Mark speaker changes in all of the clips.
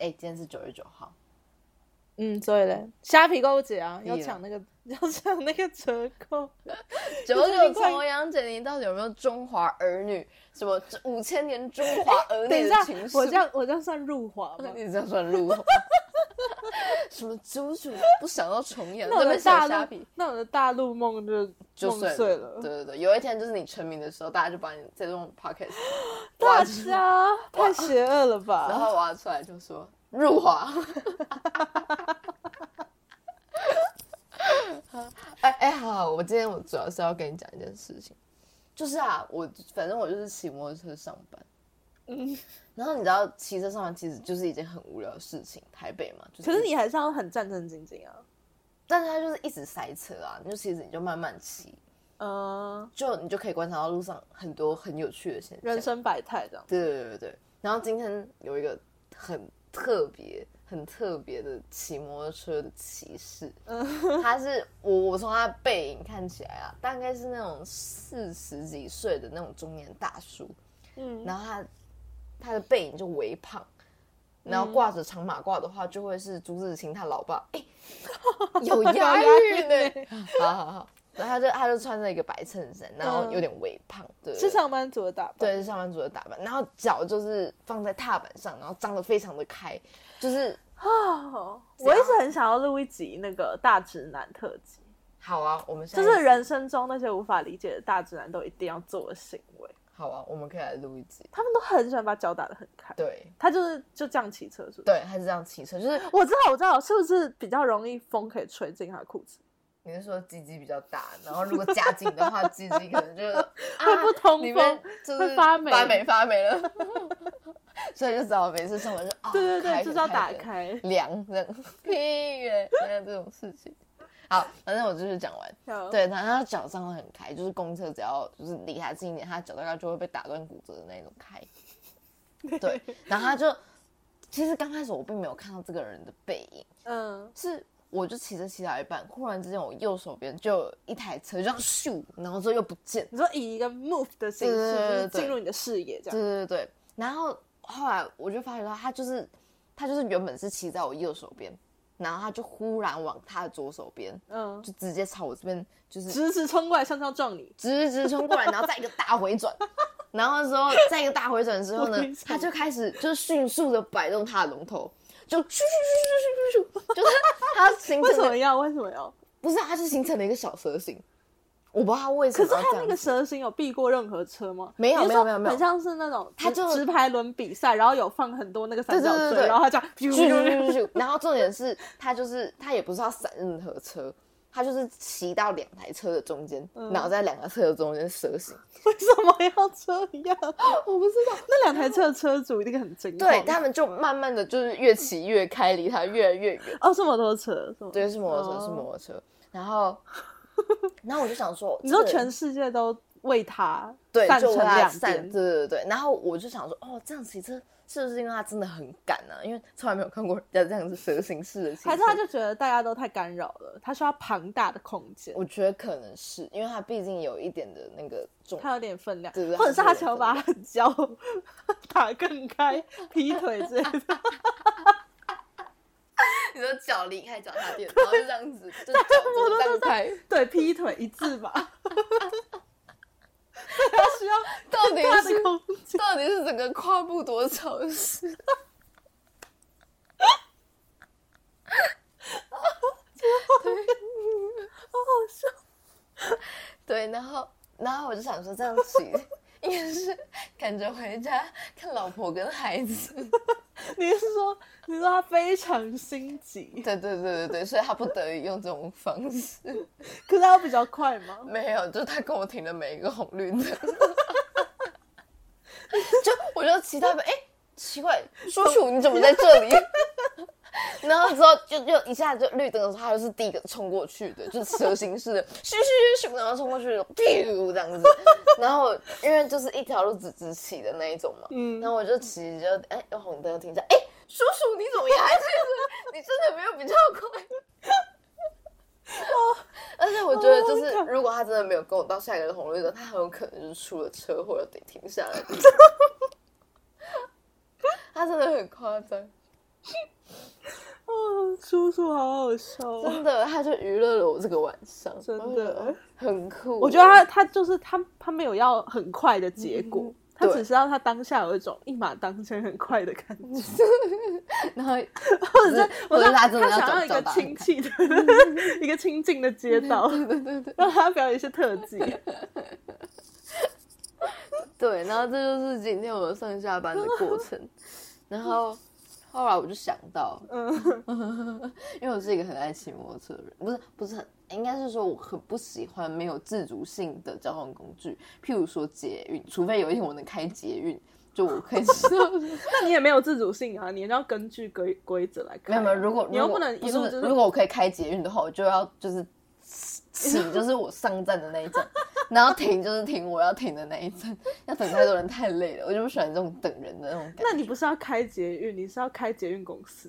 Speaker 1: 今天是9月9号。
Speaker 2: 所以嘞，虾皮购物节啊，要抢那个折扣。
Speaker 1: 99重阳节，你到底有没有中华儿女？什么5000年中华儿女的情
Speaker 2: 绪？我这样算入华吗？
Speaker 1: 你这样算入华？什么祖祖不想到重阳？
Speaker 2: 那我的大陆梦就碎了。
Speaker 1: 对，有一天就是你成名的时候，大家就把你这种 podcast
Speaker 2: 大家太邪恶了吧？
Speaker 1: 然后挖出来就说入华。好，我今天主要是要跟你讲一件事情，就是反正我就是骑摩托车上班，然后你知道骑车上班其实就是一件很无聊的事情，台北嘛，
Speaker 2: 可是你还是要很战战兢兢啊，
Speaker 1: 但是它就是一直塞车啊，其实你就慢慢骑，你就可以观察到路上很多很有趣的现象，
Speaker 2: 人生百态这样。
Speaker 1: 对，然后今天有一个很特别的骑摩托车的骑士，他是我从他的背影看起来啊，大概是那种40几岁的那种中年大叔，然后他的背影就微胖，然后挂着长马褂的话，就会是朱自清他老爸，有押韵呢，好。然后他就穿着一个白衬衫，然后有点微胖，对，
Speaker 2: 是上班族的打扮，
Speaker 1: 对，是上班族的打扮。然后脚就是放在踏板上，然后张得非常的开，就是
Speaker 2: 我一直很想要录一集那个大直男特辑。
Speaker 1: 好啊，我们
Speaker 2: 就是人生中那些无法理解的大直男都一定要做的行为。
Speaker 1: 好啊，我们可以来录一集。
Speaker 2: 他们都很喜欢把脚打得很开。
Speaker 1: 对，
Speaker 2: 他就这样骑车，是不是？
Speaker 1: 对，他是这样骑车，就是
Speaker 2: 我知道，是不是比较容易风可以吹进他的裤子？
Speaker 1: 你是说鸡鸡比较大，然后如果加紧的话，鸡鸡可能就
Speaker 2: 会不通风，会发霉
Speaker 1: 了，所以就只好每次上班就
Speaker 2: 对，就是要打开
Speaker 1: 凉这样，这种事情。好，反正我就是讲完。对，然后他脚张得很开，就是公车只要就是离他近一点，他脚大概就会被打断骨折的那种开。对，然后他就其实刚开始我并没有看到这个人的背影，是。我就骑到一半，忽然之间我右手边就有一台车就这样咻，然后之后又不见。
Speaker 2: 你说以一个 move 的形式进入你的视野，这
Speaker 1: 样。对。然后后来我就发觉到他就是原本是骑在我右手边，然后他就忽然往他的左手边，就直接朝我这边就是
Speaker 2: 直冲过来，像是要撞你，
Speaker 1: 直冲过来，然后再一个大回转。然后之后再一个大回转之后呢，他就开始就是迅速的摆动他的龙头。就咻，就是它形成
Speaker 2: 为什么要？
Speaker 1: 不是，它是形成了一个小蛇形，我不知道它为什么要这样。
Speaker 2: 可是它那个蛇形有避过任何车吗？
Speaker 1: 没有，
Speaker 2: 很像是那种它就直排轮比赛，然后有放很多那个三角锥，
Speaker 1: 对，
Speaker 2: 然后它这样
Speaker 1: 咻，然后重点是它也不是要闪任何车。他就是骑到2台车的中间，然后在2个车的中间蛇行。
Speaker 2: 为什么要这样？
Speaker 1: 我不知道。
Speaker 2: 那2台车的车主一定很惊慌。
Speaker 1: 对，他们就慢慢的就是越骑越开，离他越来越远。
Speaker 2: 是摩托车。
Speaker 1: 对，是摩托车。然后我就想说，
Speaker 2: 你说全世界都为他
Speaker 1: 散
Speaker 2: 成2边，
Speaker 1: 对。然后我就想说，这样骑车是不是因为他真的很赶啊？因为从来没有看过人家这样子蛇形式的骑车。
Speaker 2: 还是他就觉得大家都太干扰了，他需要庞大的空间。
Speaker 1: 我觉得可能是因为他毕竟有一点的那个重，
Speaker 2: 他有点分量，
Speaker 1: 对，
Speaker 2: 或者是他想要把他的脚打更开，劈腿之类的。
Speaker 1: 你说脚离开脚踏垫，然后就这样子，就脚这样开，
Speaker 2: 对，劈腿一字马。他需要
Speaker 1: 到底是整个跨步多潮湿？
Speaker 2: 好好笑。
Speaker 1: 对，然后我就想说这样骑，应该是赶着回家看老婆跟孩子。
Speaker 2: 你是说他非常心急？
Speaker 1: 对，所以他不得已用这种方式。
Speaker 2: 可是他比较快吗？
Speaker 1: 没有，就是他跟我停的每一个红绿灯。我就骑到奇怪，叔叔你怎么在这里？然后之后就一下就绿灯的时候，他就是第一个冲过去的，就是蛇形式的，咻，然后冲过去，这样子。然后因为就是一条路直骑的那一种嘛，然后我就骑就有红灯停下，叔叔你怎么也还在这？你真的没有比较快？而且我觉得就是如果他真的没有跟我到下一个红绿灯，他很有可能就是出了车祸得停下来。他真的很夸张。
Speaker 2: 哦，叔叔好好笑哦，
Speaker 1: 真的，他就娱乐了我这个晚上，
Speaker 2: 真的
Speaker 1: 很酷。
Speaker 2: 我觉得他就是他没有要很快的结果，他
Speaker 1: 对
Speaker 2: 只是要他当下有一种一马当先很快的感觉，
Speaker 1: 然后
Speaker 2: 或者
Speaker 1: 他真的
Speaker 2: 他想要一个亲戚的一个亲近的街道，对，让他表演一些特技。
Speaker 1: 对，然后这就是今天我上下班的过程。然后后来我就想到，因为我是一个很爱骑摩托车的人，不是很，应该是说我很不喜欢没有自主性的交通工具，譬如说捷运，除非有一天我能开捷运，就我可以知道。
Speaker 2: 那你也没有自主性啊，你要根据规则来开、啊。
Speaker 1: 没有，如果
Speaker 2: 你又不能一路就是，
Speaker 1: 如果我可以开捷运的话，我就要就是起就是我上站的那一站，然后停就是停我要停的那一站，要等太多人太累了，我就不喜欢这种等人的那种感觉。
Speaker 2: 那你不是要开捷运，你是要开捷运公司。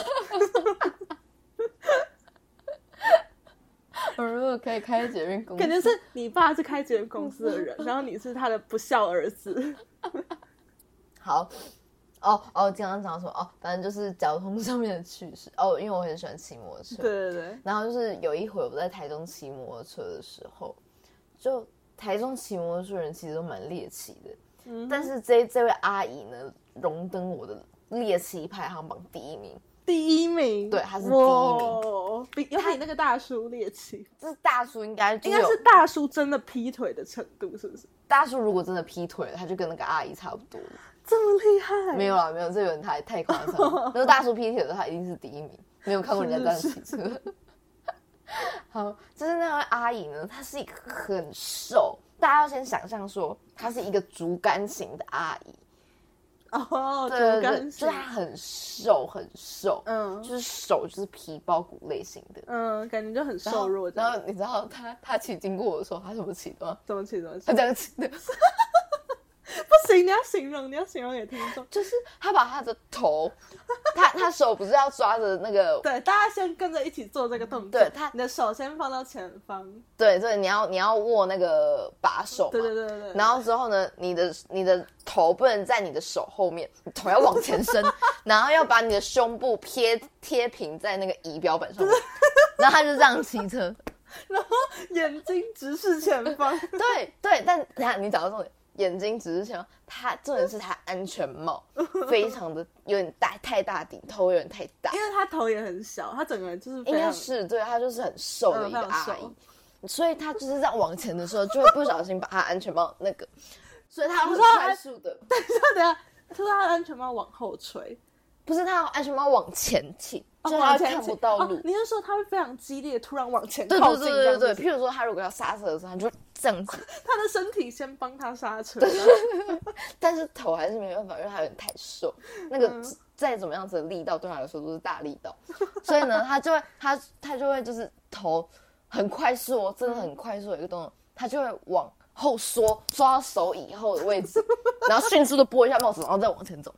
Speaker 1: 我如果可以开捷运公司，
Speaker 2: 感觉是你爸是开捷运公司的人，然后你是他的不孝儿子。
Speaker 1: 好。刚刚讲什么？反正就是交通上面的趣事。因为我很喜欢骑摩托车。
Speaker 2: 对对对。
Speaker 1: 然后就是有一回我在台中骑摩托车的时候，就台中骑摩托车的人其实都蛮猎奇的。但是这位阿姨呢，荣登我的猎奇排行榜第一名。
Speaker 2: 第一名，
Speaker 1: 对，他是第一名，
Speaker 2: 有比那个大叔猎奇。
Speaker 1: 这大叔应该
Speaker 2: 是大叔真的劈腿的程度，是不是？
Speaker 1: 大叔如果真的劈腿了，他就跟那个阿姨差不多了。
Speaker 2: 这么厉害？
Speaker 1: 没有啦，没有，这个人太夸张了。如果大叔劈腿的话，一定是第一名。没有看过人家这样骑车。好，就是那位阿姨呢，她是一个很瘦，大家要先想象说，她是一个竹竿型的阿姨。
Speaker 2: 对，
Speaker 1: 就是她很瘦很瘦，就是手就是皮包骨类型的，
Speaker 2: 感觉就很瘦弱。
Speaker 1: 然后你知道她骑经过我的时候，她怎么骑的吗？
Speaker 2: 怎么骑？
Speaker 1: 她这样骑的。
Speaker 2: 不行，你要形容给听众。
Speaker 1: 就是他把他的头，他手不是要抓着那个，
Speaker 2: 对，大家先跟着一起做这个动作。
Speaker 1: 对，
Speaker 2: 你的手先放到前方。
Speaker 1: 对，你要握那个把手嘛。
Speaker 2: 对。
Speaker 1: 然后之后呢，你的头不能在你的手后面，你头要往前伸，然后要把你的胸部贴平在那个仪表板上面。然后他就这样骑车，
Speaker 2: 然后眼睛直视前方。
Speaker 1: 对，但等下你找到重点。眼睛只是想他，重点是他安全帽非常的有点太大顶，头有点太大，
Speaker 2: 因为他头也很小，他整个人就是
Speaker 1: 应该是对，他就是很瘦的一个阿姨，所以他就是这样往前的时候，就会不小心把他安全帽那个，所以他很快速的，
Speaker 2: 等一下，是他的安全帽往后吹，
Speaker 1: 不是他安全帽往前倾。就是他看不到路，
Speaker 2: 你是说他会非常激烈，突然往前靠近？
Speaker 1: 对。譬如说，他如果要刹车的时候，他就这样子，
Speaker 2: 他的身体先帮他刹车，
Speaker 1: 但是头还是没办法，因为他有点太瘦，那个再怎么样子的力道对他来说都是大力道，所以呢，他就会就是头很快速，真的很快速的一个动作，他就会往后缩到手以后的位置，然后迅速的拨一下帽子，然后再往前走。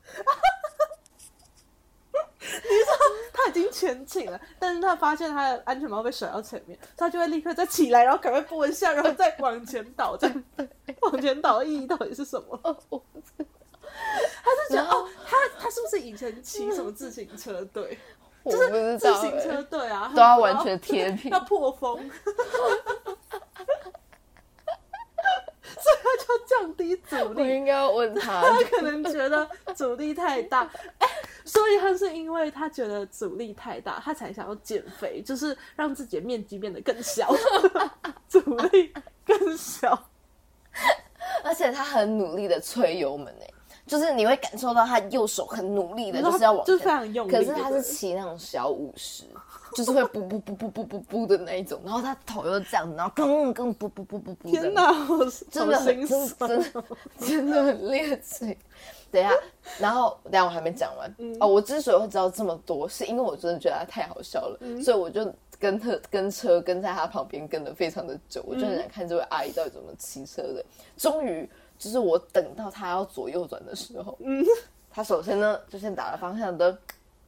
Speaker 2: 你说他已经前倾了，但是他发现他的安全帽被甩到前面，他就会立刻再起来，然后赶快拨一下，然后再往前倒。这样往前倒的意义到底是什么？我不知道。他是觉得他是不是以前骑什么自行车队？就是自行车队啊，
Speaker 1: 都要完全贴平，
Speaker 2: 要破风。所以他就降低阻力。
Speaker 1: 我应该要问他，
Speaker 2: 他可能觉得阻力太大，所以他是因为他觉得阻力太大，他才想要减肥，就是让自己的面积变得更小，阻力更小。
Speaker 1: 而且他很努力的催油门就是你会感受到他右手很努力的，就是要往前，
Speaker 2: 就是非常用力。
Speaker 1: 可是他是骑那种小50，就是会噗噗噗噗噗噗噗的那一种，然后他头又这样子，然后更噗噗噗噗噗。
Speaker 2: 天哪，
Speaker 1: 真的很猎奇。等一下，我还没讲完。我之所以会知道这么多，是因为我真的觉得他太好笑了，所以我就跟车跟在他旁边跟得非常的久，我就很想看这位阿姨到底怎么骑车的。终于，就是我等到他要左右转的时候，他首先呢就先打了方向灯，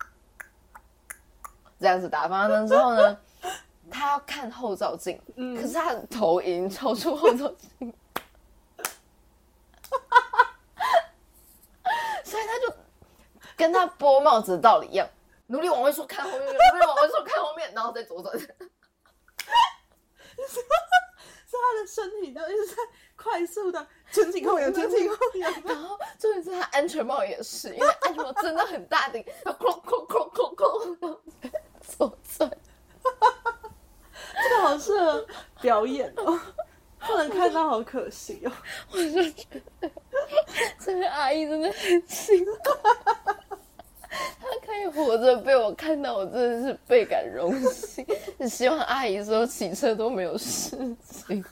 Speaker 1: 这样子打方向灯之后呢，他要看后照镜，可是他的头已经超出后照镜。所以他就跟他剥帽子的道理一样，努力往回缩，看后面，努力往回缩，看后面，然后再左转。是
Speaker 2: 他的身体都一直在快速的前倾后仰，前倾后仰。
Speaker 1: 然后重点是他安全帽也是，因为安全帽真的很大顶，然后哐哐哐哐哐，左转。
Speaker 2: 这个好适合表演哦，不能看到好可惜哦。
Speaker 1: 我就觉得这个阿姨真的很辛苦，她可以活着被我看到，我真的是倍感荣幸。只希望阿姨说骑车都没有事情。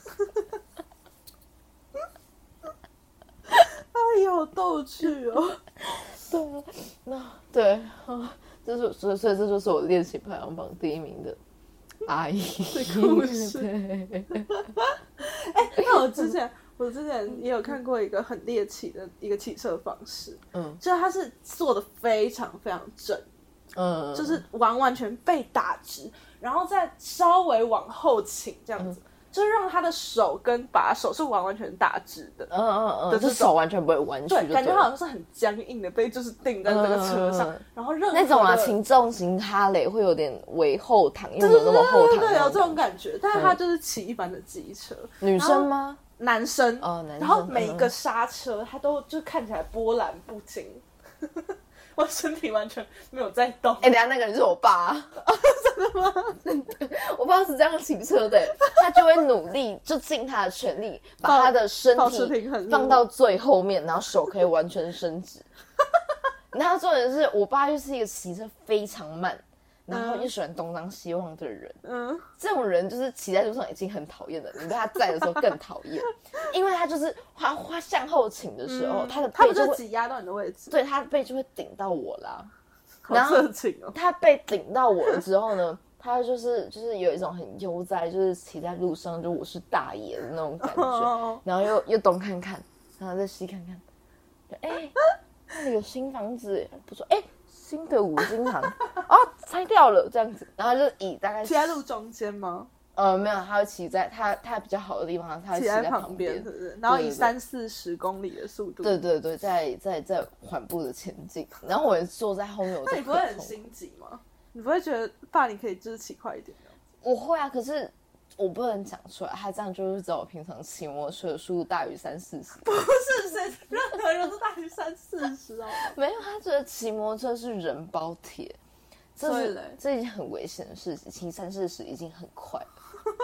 Speaker 2: 阿姨好逗趣哦。
Speaker 1: 对啊，那对啊，所以这就是我练习排行榜第1名的阿姨
Speaker 2: 的故事。
Speaker 1: 对，
Speaker 2: 那我之前也有看过一个很猎奇的一个骑车方式，就是它是做的非常非常正，就是完完全被打直，然后再稍微往后倾这样子，就是让他的手跟把手是完完全打直的，
Speaker 1: 就是手完全不会弯曲，
Speaker 2: 对，感觉好像是很僵硬的被就是定在这个车上，然后任何的
Speaker 1: 那种啊，轻重型哈雷会有点微后躺，又没有那么后躺，
Speaker 2: 对，有这种感觉，但是他就是骑一般的机车，
Speaker 1: 女生吗？
Speaker 2: 男生
Speaker 1: 哦，男生，
Speaker 2: 然后每一个刹车他都就看起来波澜不惊。我身体完全没有在动。
Speaker 1: 等一下那个人是我爸。真的吗？真的，我爸是这样骑车的，他就会努力，就尽他的全力，把他的身体放到最后面，然后手可以完全伸直。然后重点是我爸就是一个骑车非常慢，然后又喜欢东张西望的人。这种人就是骑在路上已经很讨厌了，你被他载的时候更讨厌，因为他就是他向后倾的时候，他的背就会
Speaker 2: 挤压到你的位置，
Speaker 1: 对，他的背就会顶到我啦。
Speaker 2: 好色情哦！
Speaker 1: 他被顶到我了之后呢，他就是有一种很悠哉，就是骑在路上就我是大爷的那种感觉，然后又东看看，然后再西看看，那里有新房子，不错，新的五金行哦，拆掉了这样子，然后就以大概
Speaker 2: 骑在路中间吗？
Speaker 1: 没有，他会骑在他比较好的地方，他会骑在旁边，
Speaker 2: 是不是？然后以30-40公里的速度，
Speaker 1: 对，在缓步的前进。然后我也坐在后面，
Speaker 2: 那你不会很心急吗？你不会觉得爸，你可以就是骑快一点？
Speaker 1: 我会啊，可是我不能讲出来，他这样就是知道我平常骑摩托车的速度大于30-40。
Speaker 2: 不是谁任何人都大于30-40哦。
Speaker 1: 没有，他觉得骑摩托车是人包铁，这已经很危险的事情，骑30-40已经很快了。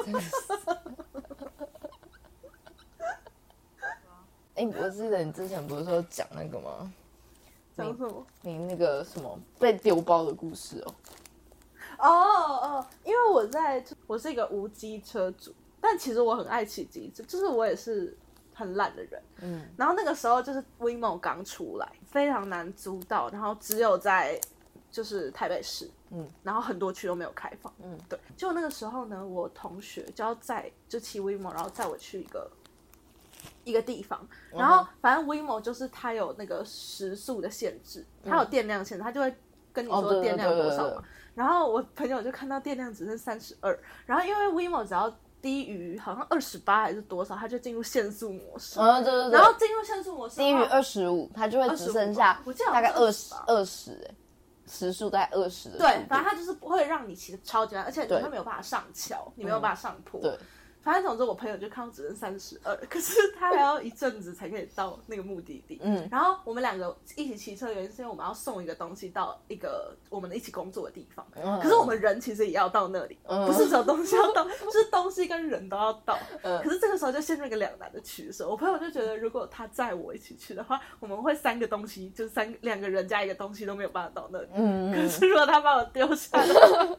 Speaker 1: 我记得你之前不是说讲那个吗？
Speaker 2: 讲什么？
Speaker 1: 你那个什么被丢包的故事
Speaker 2: 哦，因为我是一个无机车主，但其实我很爱骑机车，就是我也是很懒的人。然后那个时候就是 WeMo 刚出来，非常难租到，然后只有在就是台北市，然后很多区都没有开放，对。就那个时候呢，我同学就要就骑 WeMo， 然后载我去一个地方，然后反正 WeMo 就是它有那个时速的限制，它有电量限制，它就会跟你说电量多少嘛。然后我朋友就看到电量只剩32，然后因为 WeMo 只要低于好像28还是多少，它就进入限速模式。
Speaker 1: 对。
Speaker 2: 然后进入限速模式，
Speaker 1: 低于25，它就会只剩下大概20，时速大概20的。
Speaker 2: 对，反正它就是不会让你骑得超级慢，而且你会没有办法上桥，你没有办法上坡。
Speaker 1: 对。
Speaker 2: 反正总之，我朋友就看到只剩32，可是他还要一阵子才可以到那个目的地。然后我们2个一起骑车，原因是因为我们要送一个东西到一个我们一起工作的地方。可是我们人其实也要到那里，不是只有东西要到，就是东西跟人都要到。可是这个时候就陷入一个两难的取舍。我朋友就觉得，如果他载我一起去的话，我们会3个东西，就是2个人加1个东西都没有办法到那里。可是如果他把我丢下来，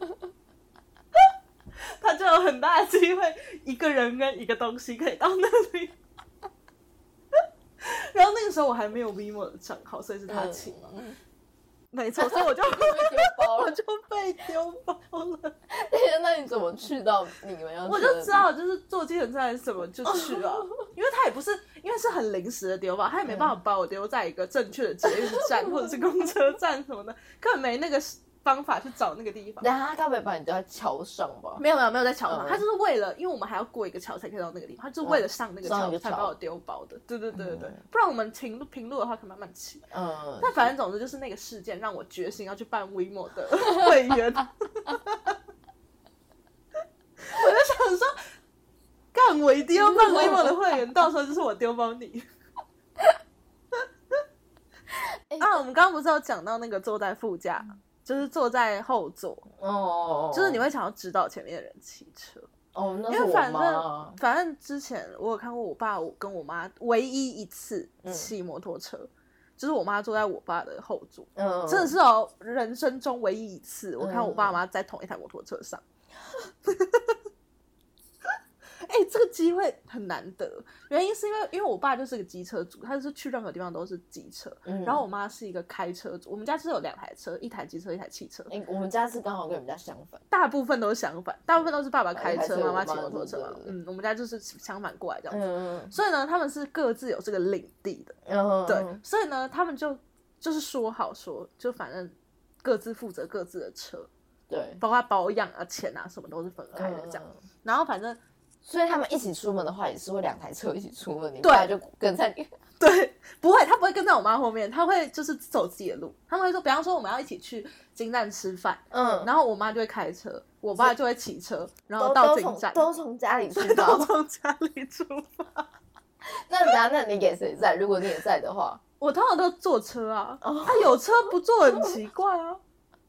Speaker 2: 他就有很大的机会1个人跟1个东西可以到那里。然后那个时候我还没有 WeMo 的账号，所以是他请嘛。没错，所以我就被丢包了，我就被丢包了。
Speaker 1: 那你怎么去到你们要去的？
Speaker 2: 我就知道，就是坐计程车还是什么就去啊，因为他也不是，因为是很临时的丢包，他也没办法把我丢在一个正确的捷运站或者是公车站什么的，根本没那个方法去找那个地方。
Speaker 1: 然后他该不会把你丢在桥上吧？
Speaker 2: 没有在桥上，他就是为了，因为我们还要过一个桥才可以到那个地方，他就是为了上那个桥才把我丢包的。对，不然我们平路的话可以慢慢骑。但反正总之就是那个事件让我决心要去办 WeMo 的会员。我就想说，干我一定要办 WeMo 的会员，到时候就是我丢包你。我们刚刚不是有讲到那个坐在副驾，就是坐在后座，就是你会想要指导前面的人骑车。
Speaker 1: 那是我妈。
Speaker 2: 反正之前我有看过我爸跟我妈唯一一次骑摩托车，就是我妈坐在我爸的后座，真的是人生中唯一一次我看我爸妈在同一台摩托车上。这个机会很难得，原因是因为我爸就是个机车族，他就是去任何地方都是机车，然后我妈是一个开车族。我们家是有2台车，一台机车，一台汽车。
Speaker 1: 我们家是刚好跟你们家相反，
Speaker 2: 大部分都是相反，大部分都是爸爸开车，妈妈骑摩托车嘛。我们家就是相反过来这样子。所以呢，他们是各自有这个领地的，对，所以呢，他们就是说好说，就反正各自负责各自的车，
Speaker 1: 对，
Speaker 2: 包括保养啊、钱啊什么都是分开的这样。然后反正。
Speaker 1: 所以他们一起出门的话，也是会2台车一起出门，你爸就跟在你。
Speaker 2: 对，不会，他不会跟在我妈后面，他会就是走自己的路。他们会说，比方说我们要一起去金站吃饭，然后我妈就会开车，我爸就会骑车，然后到金站，
Speaker 1: 都从家里出发，
Speaker 2: 都从家里出发。
Speaker 1: 那你给谁载？如果你也在的话，
Speaker 2: 我通常都坐车啊，有车不坐很奇怪啊。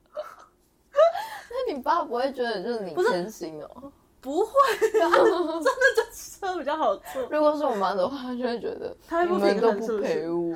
Speaker 1: 那你爸不会觉得就是你偏心哦？
Speaker 2: 不会啊，真的就车比较好坐。
Speaker 1: 如果是我妈的话，她就会觉得你们都不陪我。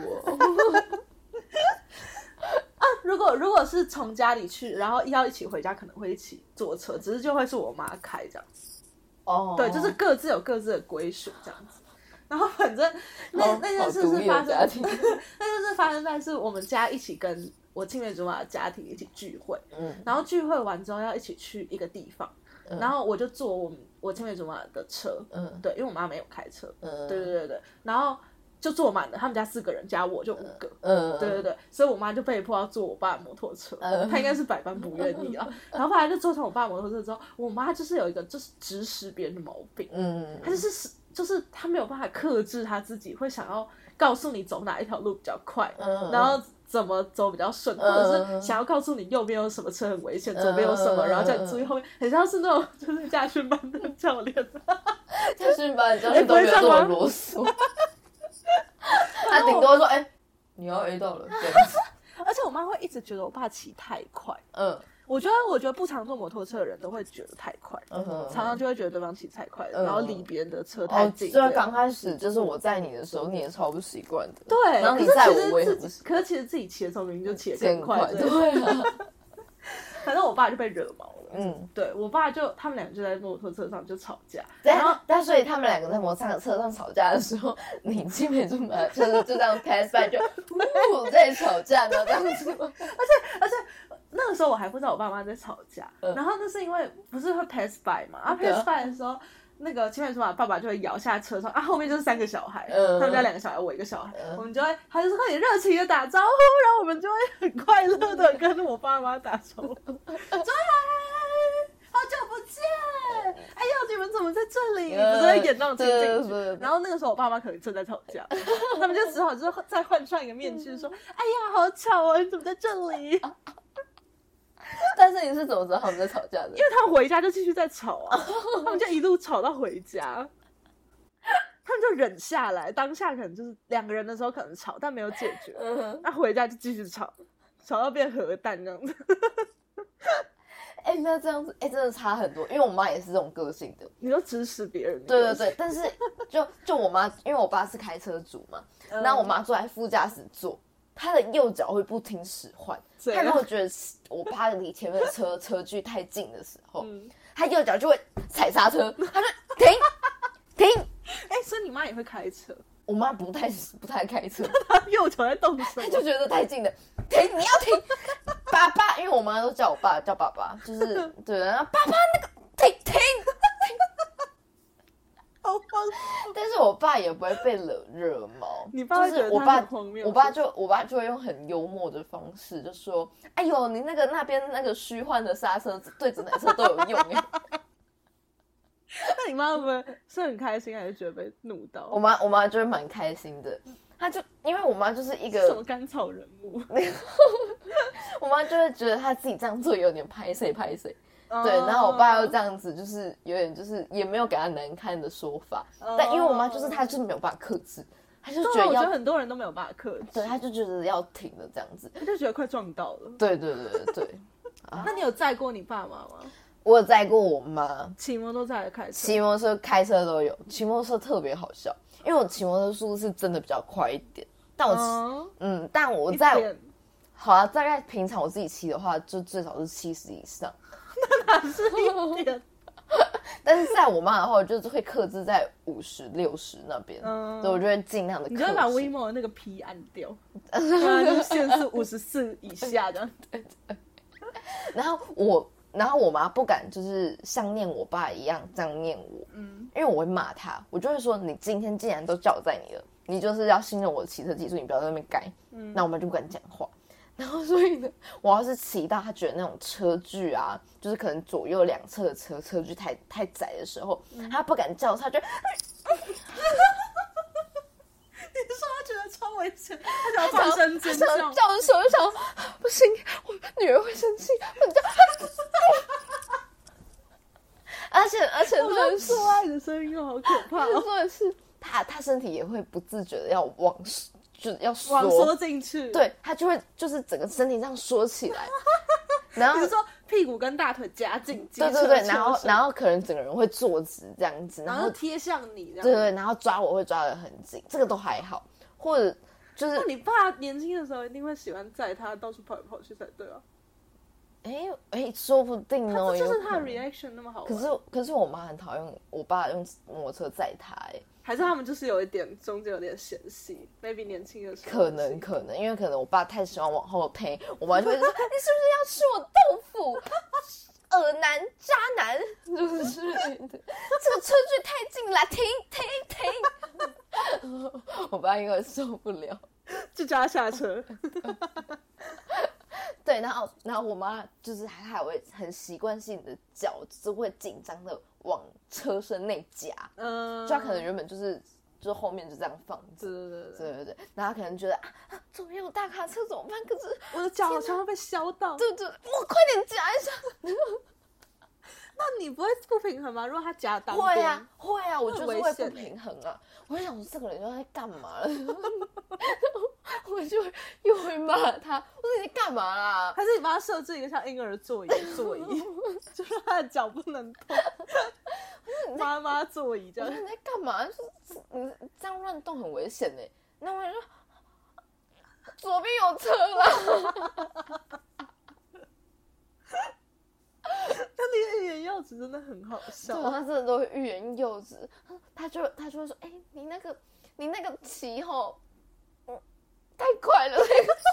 Speaker 2: 如果是从家里去，然后要一起回家，可能会一起坐车，只是就会是我妈开这样子。对，就是各自有各自的归属这样子。然后反正那件事是发生，那件事发生在是我们家一起跟我青梅竹马的家庭一起聚会，然后聚会完之后要一起去一个地方。然后我就坐我青梅竹马的车，对，因为我妈没有开车，对，然后就坐满了，他们家4个人加我就5个，对，所以我妈就被迫要坐我爸的摩托车，她应该是百般不愿意啊。然后后来就坐上我爸的摩托车之后，我妈就是有一个就是指使别人的毛病，她就是她没有办法克制她自己，会想要告诉你走哪一条路比较快，然后怎么走比较顺，或者是想要告诉你右边有什么车很危险，左边有什么，然后叫你注意后面，很像是那种就是驾训班的教练。
Speaker 1: 驾训班教练都没有这么啰嗦，他顶多说：“你要 A 到了。”这样子。
Speaker 2: 而且我妈会一直觉得我爸骑太快，我觉得不常坐摩托车的人都会觉得太快，常常就会觉得对方骑太快了，然后离别人的车太近。
Speaker 1: 虽然刚开始就是我载你的时候，你也超不习惯的。
Speaker 2: 对，
Speaker 1: 然后你载我也不习惯。
Speaker 2: 可是其实自己骑的时候明明就骑得更快，
Speaker 1: 对啊。
Speaker 2: 反正我爸就被惹毛了。对，我爸他们2个就在摩托车上就吵架。
Speaker 1: 但所以他们2个在摩托车上吵架的时候，你青梅竹马就这样开赛就在吵架呢，这样子吗？
Speaker 2: 而且那个时候我还不知道我爸妈在吵架，然后那是因为不是会 pass by 嘛，pass by 的时候，那个青梅竹马爸爸就会摇下车窗后面就是3个小孩，他们家2个小孩，我1个小孩，我们就会他就是快点热情的打招呼，然后我们就会很快乐的跟我爸妈打招呼，好久不见，哎呦你们怎么在这里？不是在演那种情景剧，然后那个时候我爸妈可能正在吵架，他们就只好就是再换上一个面具说，哎呀好巧哦，你怎么在这里？
Speaker 1: 但是你是怎么知道他们在吵架的？
Speaker 2: 因为他们回家就继续在吵啊，他们就一路吵到回家，他们就忍下来。当下可能就是2个人的时候可能吵，但没有解决，那回家就继续吵，吵到变核弹这样子。
Speaker 1: 那这样子，真的差很多。因为我妈也是这种个性的，
Speaker 2: 你说指使别人。
Speaker 1: 对，但是就我妈，因为我爸是开车族嘛，然后我妈坐在副驾驶座。他的右脚会不停使唤，他如果觉得我爸离前面的车距太近的时候，他右脚就会踩刹车，他就停。
Speaker 2: 所以你妈也会开车？
Speaker 1: 我妈不太开车，
Speaker 2: 她右脚在动什么？
Speaker 1: 她就觉得太近了，停，你要停，爸爸，因为我妈都叫我爸叫爸爸，就是对，然后爸爸那个停，
Speaker 2: 好荒谬。
Speaker 1: 但是我爸也不会被惹毛，
Speaker 2: 你爸会觉得
Speaker 1: 就是
Speaker 2: 他很荒谬，
Speaker 1: 我爸就会用很幽默的方式就说：“哎呦，你那边那个虚幻的刹车对整台车都有用哎。”
Speaker 2: 那你妈会不会是很开心，还是觉得被怒到？
Speaker 1: 我妈就会蛮开心的，她就因为我妈就是一个
Speaker 2: 什么甘草人物，
Speaker 1: 我妈就会觉得她自己这样做有点拍谁，对，然后我爸又这样子，就是有点就是也没有给她难堪的说法，但因为我妈就是她就是没有办法克制，她就觉得
Speaker 2: 我觉得很多人都没有办法克制，
Speaker 1: 对，她就觉得要停了这样子，
Speaker 2: 她就觉得快撞到了。
Speaker 1: 对。
Speaker 2: 那你有载过你爸妈吗？
Speaker 1: 我有载过我妈，
Speaker 2: 骑摩托车还是开车？
Speaker 1: 骑摩托车、开车都有。骑摩托车特别好笑，因为我骑摩托车速度是真的比较快一点，但但我在好啊，大概平常我自己骑的话，就最少是70以上。
Speaker 2: 那哪是一点？
Speaker 1: 但是在我妈的话，我就是会克制在50、60那边，所以我就会尽量的克制。
Speaker 2: 你就会把 WeMo 的那个 P 按掉，就是限速54以下这样。
Speaker 1: 对。然后我妈不敢就是像念我爸一样这样念我，因为我会骂她，我就会说你今天既然都叫我载你了，你就是要信任我的骑车技术，你不要在那边改。那我妈就不敢讲话。然后所以呢，我要是骑到她觉得那种车距啊，就是可能左右两侧的车距太窄的时候，她不敢叫，她就。
Speaker 2: 你说他觉得超危险，他想要放声尖叫，
Speaker 1: 叫的时候就想不行，我女儿会生气，我叫。而且
Speaker 2: 我觉得做爱的声音又好可怕哦。
Speaker 1: 说的是他身体也会不自觉的要就是要
Speaker 2: 缩进去，
Speaker 1: 对，他就会就是整个身体这样缩起来，然后
Speaker 2: 比如说屁股跟大腿夹紧，
Speaker 1: 对，然后可能整个人会坐直这样子，
Speaker 2: 然后贴向你，
Speaker 1: 对，然后抓我会抓得很紧，这个都还好，或者就是。
Speaker 2: 那你爸年轻的时候一定会喜欢载他到处跑来跑去才对啊。
Speaker 1: 说不定哦，
Speaker 2: 就是他的 reaction 那么好玩。
Speaker 1: 可是我妈很讨厌我爸用摩托车载她，
Speaker 2: 还是他们就是有一点中间有点嫌隙 ，maybe 年轻的时候。
Speaker 1: 可能，因为可能我爸太喜欢往后推，我妈就会说你是不是要吃我豆腐？恶男渣男，就是之类的。这个车距太近了，停！我爸因为受不了，
Speaker 2: 就叫他下车。
Speaker 1: 对，然后我妈就是她还会很习惯性的脚就是会紧张的往车身内夹，就她可能原本就是后面就这样放着，对，然后她可能觉得左边有大卡车怎么办？可是
Speaker 2: 我的脚好像会被削到，
Speaker 1: 对，我快点夹一下。
Speaker 2: 那你不会不平衡吗？如果他夹单
Speaker 1: 会啊，我就是会不平衡啊。我就想说这个人又在干嘛了，我就又会骂他，我说你在干嘛啦？
Speaker 2: 还是你帮他设置一个像婴儿座椅，就是他的脚不能动，妈妈座椅这样。
Speaker 1: 我说你在干嘛？你这样乱动很危险呢。那我就说左边有车啦。
Speaker 2: 他那个欲言又止真的很好笑，
Speaker 1: 对，他真的都会欲言又止，他就会说，你那个骑吼，太快了，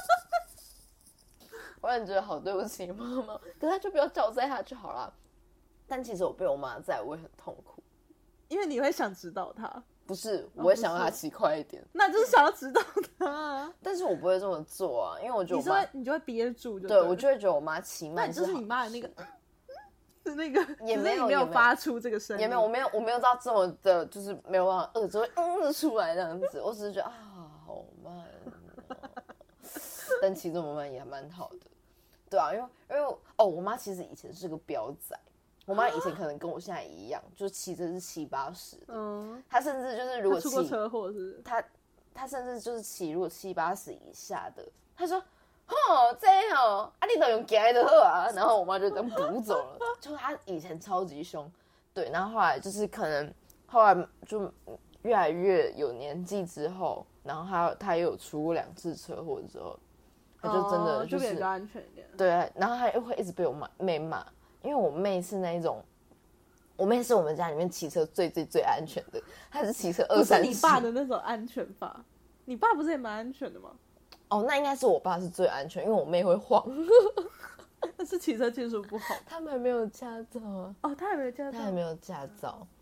Speaker 1: 我突然觉得好对不起妈妈，可是他就不要叫我载他就好了。但其实我被我妈载，我也很痛苦，
Speaker 2: 因为你会想指导他，
Speaker 1: 不是，我会想要他骑快一点，
Speaker 2: 那就是想要指导他，
Speaker 1: 但是我不会这么做啊，因为我觉得
Speaker 2: 你就会憋住就
Speaker 1: 对，我就会觉得我妈骑慢
Speaker 2: 是好，那就是你妈的那个。那个
Speaker 1: 也没
Speaker 2: 有发出这个声音，
Speaker 1: 也没有，我没有到这么的，就是没有办法就会出来这样子。我只是觉得好慢但骑这么慢也蛮好的，对啊，因为我妈其实以前是个飙仔，我妈以前可能跟我现在一样，就是骑着是70、80的，她甚至就是如果
Speaker 2: 出过车祸是
Speaker 1: 她甚至就是骑如果70、80以下的，她说。这你都用走就好啊，然后我妈就这样补走了。就她以前超级凶，对，然后后来就是可能后来就越来越有年纪之后，然后她也有出过2次车祸之后，她就真的就是
Speaker 2: 变得安全一点。
Speaker 1: 对，然后她又会一直被我妹骂，因为我妹是那一种。我妹是我们家里面骑车最安全的，她是骑车2、3次。
Speaker 2: 不是你爸的那种安全法，你爸不是也蛮安全的吗？
Speaker 1: 那应该是我爸是最安全，因为我妹会晃。
Speaker 2: 但是骑车技术不好，
Speaker 1: 他们还没有驾照啊。
Speaker 2: 他还没有驾照。
Speaker 1: 他还没有驾照，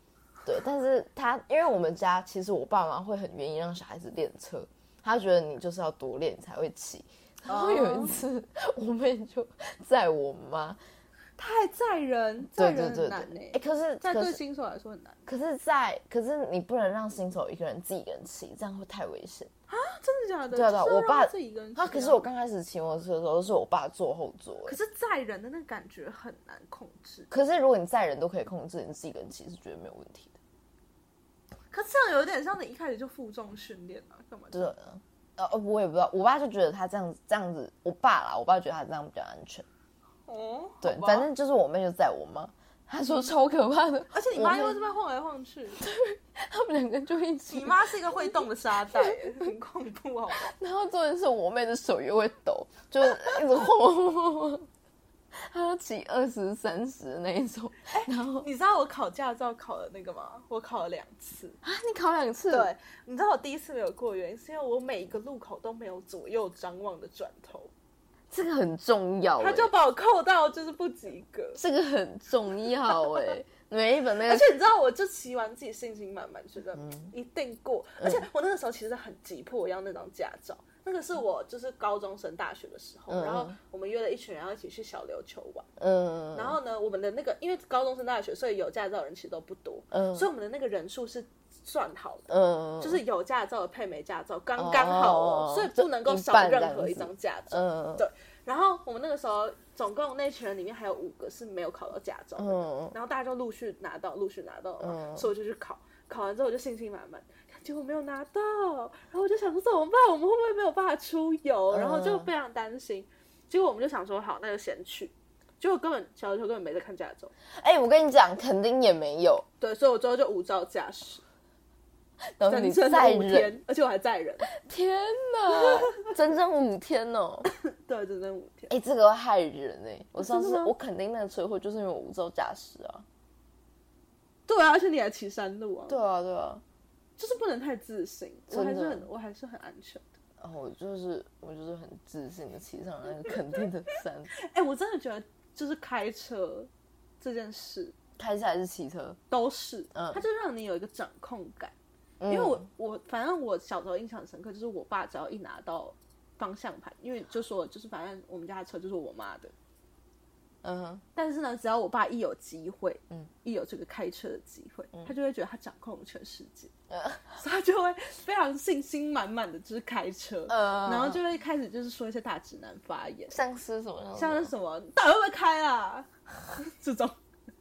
Speaker 1: 对，但是因为我们家其实我爸妈会很愿意让小孩子练车，他觉得你就是要多练你才会骑。然后有一次我妹就载我妈，
Speaker 2: 他还载人，载人很难欸。
Speaker 1: 可是
Speaker 2: 对新手来说很难。
Speaker 1: 可是你不能让新手一个人自己一个人骑，这样会太危险
Speaker 2: 啊！真的假的？
Speaker 1: 对啊，我爸
Speaker 2: 自己一个人骑。
Speaker 1: 可是我刚开始骑摩托车的时候，都是我爸坐后座。
Speaker 2: 可是载人的那个感觉很难控制。
Speaker 1: 可是如果你载人都可以控制，你自己一个人骑是绝对没有问题的。
Speaker 2: 可是这样有点像你一开始就负重训练啊，干嘛？
Speaker 1: 对我也不知道，我爸就觉得他这样子，我爸觉得他这样比较安全。
Speaker 2: 哦，
Speaker 1: 对，反正就是我妹就载我妈，她说超可怕的，
Speaker 2: 而且你妈又会这边晃来晃去，
Speaker 1: 对，他们两个就一起。
Speaker 2: 你妈是一个会动的沙袋，很恐怖，好吧？
Speaker 1: 然后重点是我妹的手又会抖，就一直晃，她要骑20、30的那一种。然后
Speaker 2: 你知道我考驾照考了那个吗？我考了2次
Speaker 1: 啊！你考2次？
Speaker 2: 对，你知道我第一次没有过原因是因为我每一个路口都没有左右张望的转头。
Speaker 1: 这个很重要，
Speaker 2: 他就把我扣到就是不及格。
Speaker 1: 这个很重要每一本那个，
Speaker 2: 而且你知道，我就骑完自己信心满满，觉得一定过。而且我那个时候其实很急迫要那张驾照，那个是我就是高中升大学的时候，然后我们约了一群人要一起去小琉球玩。然后呢，我们的那个因为高中升大学，所以有驾照的人其实都不多，所以我们的那个人数是算好的，就是有驾照的配没驾照刚刚好所以不能够少任何一张驾照。对，然后我们那个时候总共那群人里面还有5个是没有考到驾照的，然后大家就陆续拿到，所以我就去考，考完之后我就信心满满，结果没有拿到，然后我就想说怎么办？我们会不会没有办法出游？然后就非常担心。结果我们就想说好，那就先去。结果小琉球根本没在看驾照。
Speaker 1: 我跟你讲，肯定也没有。
Speaker 2: 对，所以我之后就无照驾驶。
Speaker 1: 然后你载人，
Speaker 2: 而且我还载人。
Speaker 1: 天哪，整整5天哦。
Speaker 2: 对，整整5天。
Speaker 1: 这个会害人我上次我肯定那个车祸就是因为我无照驾驶啊。
Speaker 2: 对啊，而且你还骑山路啊。
Speaker 1: 对啊，
Speaker 2: 就是不能太自信。我还是很安全的。
Speaker 1: 我就是很自信的骑上那个肯定的山。
Speaker 2: 我真的觉得就是开车这件事，
Speaker 1: 开车还是骑车
Speaker 2: 都是，它就让你有一个掌控感。因为我反正我小时候印象很深刻，就是我爸只要一拿到方向盘，因为就说就是反正我们家的车就是我妈的，但是呢，只要我爸一有机会，一有这个开车的机会，他就会觉得他掌控了全世界，所以他就会非常信心满满的就是开车，然后就会开始就是说一些大直男发言，
Speaker 1: 像是什么，
Speaker 2: 像是什么，到底会不会开啊？这种。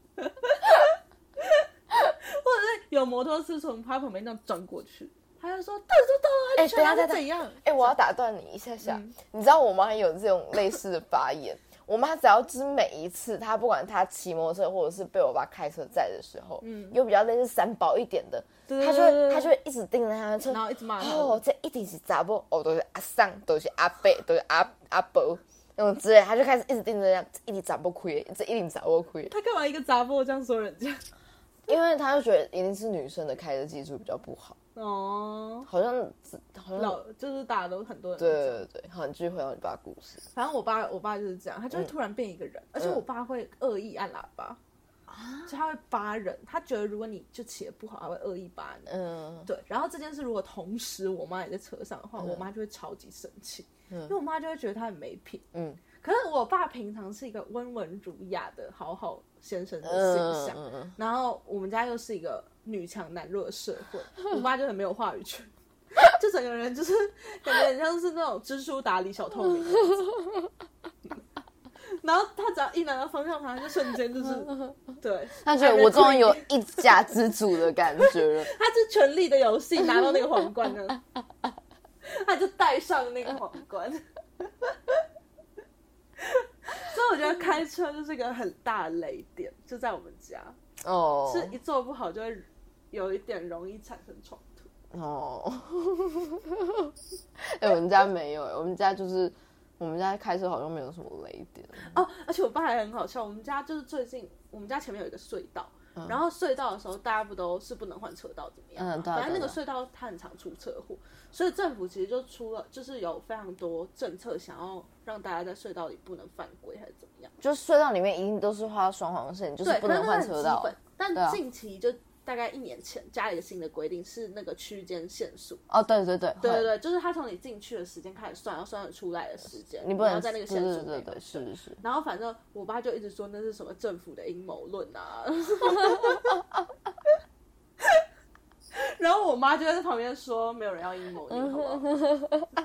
Speaker 2: 或者是有摩托车从他旁边这样转过去，他就说：“到底到安全还是怎样？”
Speaker 1: 我要打断你一下下，你知道我妈有这种类似的发言。我妈只要就是每一次，她不管她骑摩托车或者是被我爸开车载的时候，有比较类似三宝一点的，她就会一直盯着他的车，
Speaker 2: 然后一直骂他。
Speaker 1: 这一定是查某，都是阿桑，都是阿伯，都是阿伯。那种之类，他就开始一直盯着这样，一直查不亏，这一定查不亏。
Speaker 2: 他干嘛一个查甫这样说人家？
Speaker 1: 因为他就觉得一定是女生的开车技术比较不好。好像
Speaker 2: 就是大家都很多人
Speaker 1: 对，好，你继续回到你爸的故事。
Speaker 2: 反正我爸就是这样，他就会突然变一个人，而且我爸会恶意按喇叭就他会扒人，他觉得如果你就骑得不好，他会恶意扒你。对。然后这件事如果同时我妈也在车上的话，我妈就会超级生气，因为我妈就会觉得他很没品。可是我爸平常是一个温文儒雅的好好先生的形象，然后我们家又是一个女强男弱的社会，我爸就很没有话语权，就整个人就是感觉很像是那种知书达理小透明的样子。然后他只要一拿到方向盘，就瞬间就是对，
Speaker 1: 他觉得我终于有一家之主的感觉了。
Speaker 2: 他是权力的游戏拿到那个皇冠呢，他就戴上那个皇冠。所以我觉得开车就是一个很大的雷点，就在我们家是一做不好就会有一点容易产生冲突。
Speaker 1: 我们家没有，我们家开车好像没有什么雷点
Speaker 2: 而且我爸还很好笑，我们家就是最近我们家前面有一个隧道，然后隧道的时候大家不都是不能换车道怎么样？反正那个隧道它很常出车祸，所以政府其实就出了，就是有非常多政策想要让大家在隧道里不能犯规还是怎么样？
Speaker 1: 就是隧道里面一定都是画双黄线，就是不能换车道。
Speaker 2: 但近期就大概1年前加了一个新的规定，是那个区间限速。
Speaker 1: 哦，对，
Speaker 2: 就是他从你进去的时间开始算，要算得出来的时间，
Speaker 1: 你不能
Speaker 2: 要在那个限速内。
Speaker 1: 对，是。
Speaker 2: 然后反正我爸就一直说那是什么政府的阴谋论啊。然后我妈就在旁边说没有人要阴谋你，好不好？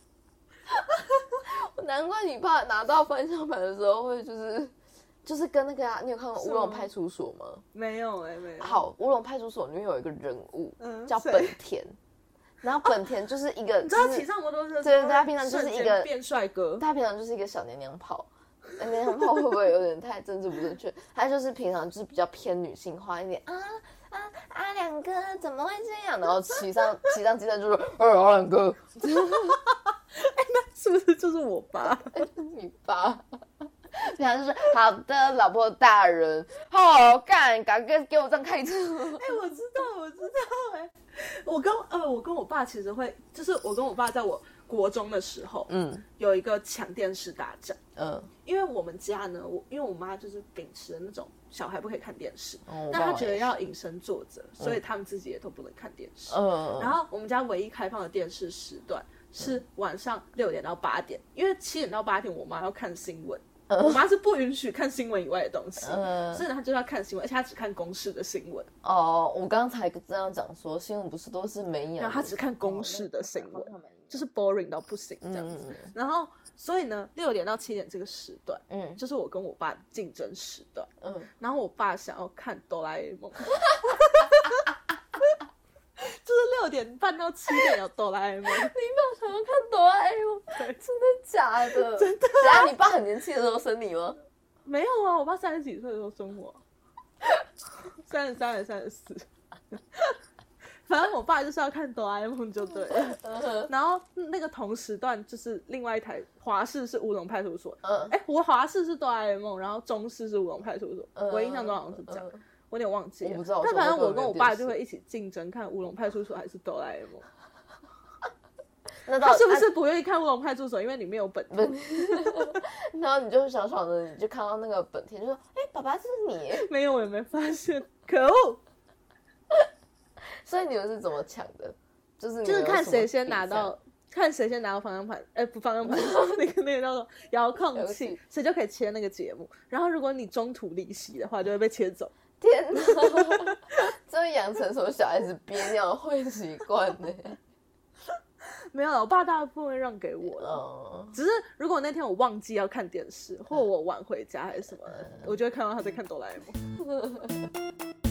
Speaker 1: 难怪你爸拿到方向盘的时候会就是跟那个你有看过《乌龙派出所》吗？
Speaker 2: 没有没有。
Speaker 1: 好，《乌龙派出所》里面有一个人物叫本田，然后本田就是一个，
Speaker 2: 你知道骑上摩托车，
Speaker 1: 对，他平常就是一个
Speaker 2: 变帅哥，
Speaker 1: 他平常就是一个小娘娘炮。娘娘炮会不会有点太政治不正确？他就是平常就是比较偏女性化一点阿良哥怎么会这样？然后骑上机车就说阿良哥，
Speaker 2: 那是不是就是我爸？
Speaker 1: 你爸？然后就是好的，老婆大人，好干，赶快给我这样开车。
Speaker 2: 我知道，我跟我爸其实会，就是我跟我爸在我国中的时候，有一个抢电视大战，因为我们家呢，因为我妈就是秉持的那种小孩不可以看电视，那她觉得要隐身作则，所以他们自己也都不能看电视。然后我们家唯一开放的电视时段是晚上6点到8点，因为7点到8点我妈要看新闻。我妈是不允许看新闻以外的东西，所以她就要看新闻，而且她只看公视的新闻。
Speaker 1: 我刚才这样讲说，新闻不是都是没养，
Speaker 2: 然后她只看公视的新闻，就是 boring 到不行这样子。然后，所以呢，6点到7点这个时段，就是我跟我爸竞争时段。然后我爸想要看哆啦 A 梦。就是6点半到7点有哆啦 A 梦，你
Speaker 1: 爸想要看哆啦 A 梦，真的假的？
Speaker 2: 真的。
Speaker 1: 然后你爸很年轻的时候生你吗？
Speaker 2: 没有啊，我爸30几岁的时候生我，33还是34。反正我爸就是要看哆啦 A 梦就对了。然后那个同时段就是另外一台华视是乌龙派出所，我华视是哆啦 A 梦，然后中视是乌龙派出所，我印象中好像是这样。我有点忘记了，
Speaker 1: 我不知道。
Speaker 2: 但反正我跟我爸就会一起竞争，看乌龙派出所还是哆啦 A 梦。他是不是不愿意看乌龙派出所？因为里面有本田。
Speaker 1: 然后你就小小的，你就看到那个本田，就说：“爸爸，这是你。”
Speaker 2: 没有，我也没发现，可恶。
Speaker 1: 所以你们是怎么抢的？
Speaker 2: 就是看谁先拿到方向盘，不方向盘，那个叫做遥控器，谁就可以切那个节目。然后如果你中途离席的话，就会被切走。
Speaker 1: 天哪，这会养成什么小孩子憋尿的坏习惯呢？
Speaker 2: 没有，我爸大部分会让给我了。只是如果那天我忘记要看电视，或我晚回家还是什么，我就会看到他在看哆啦 A 梦。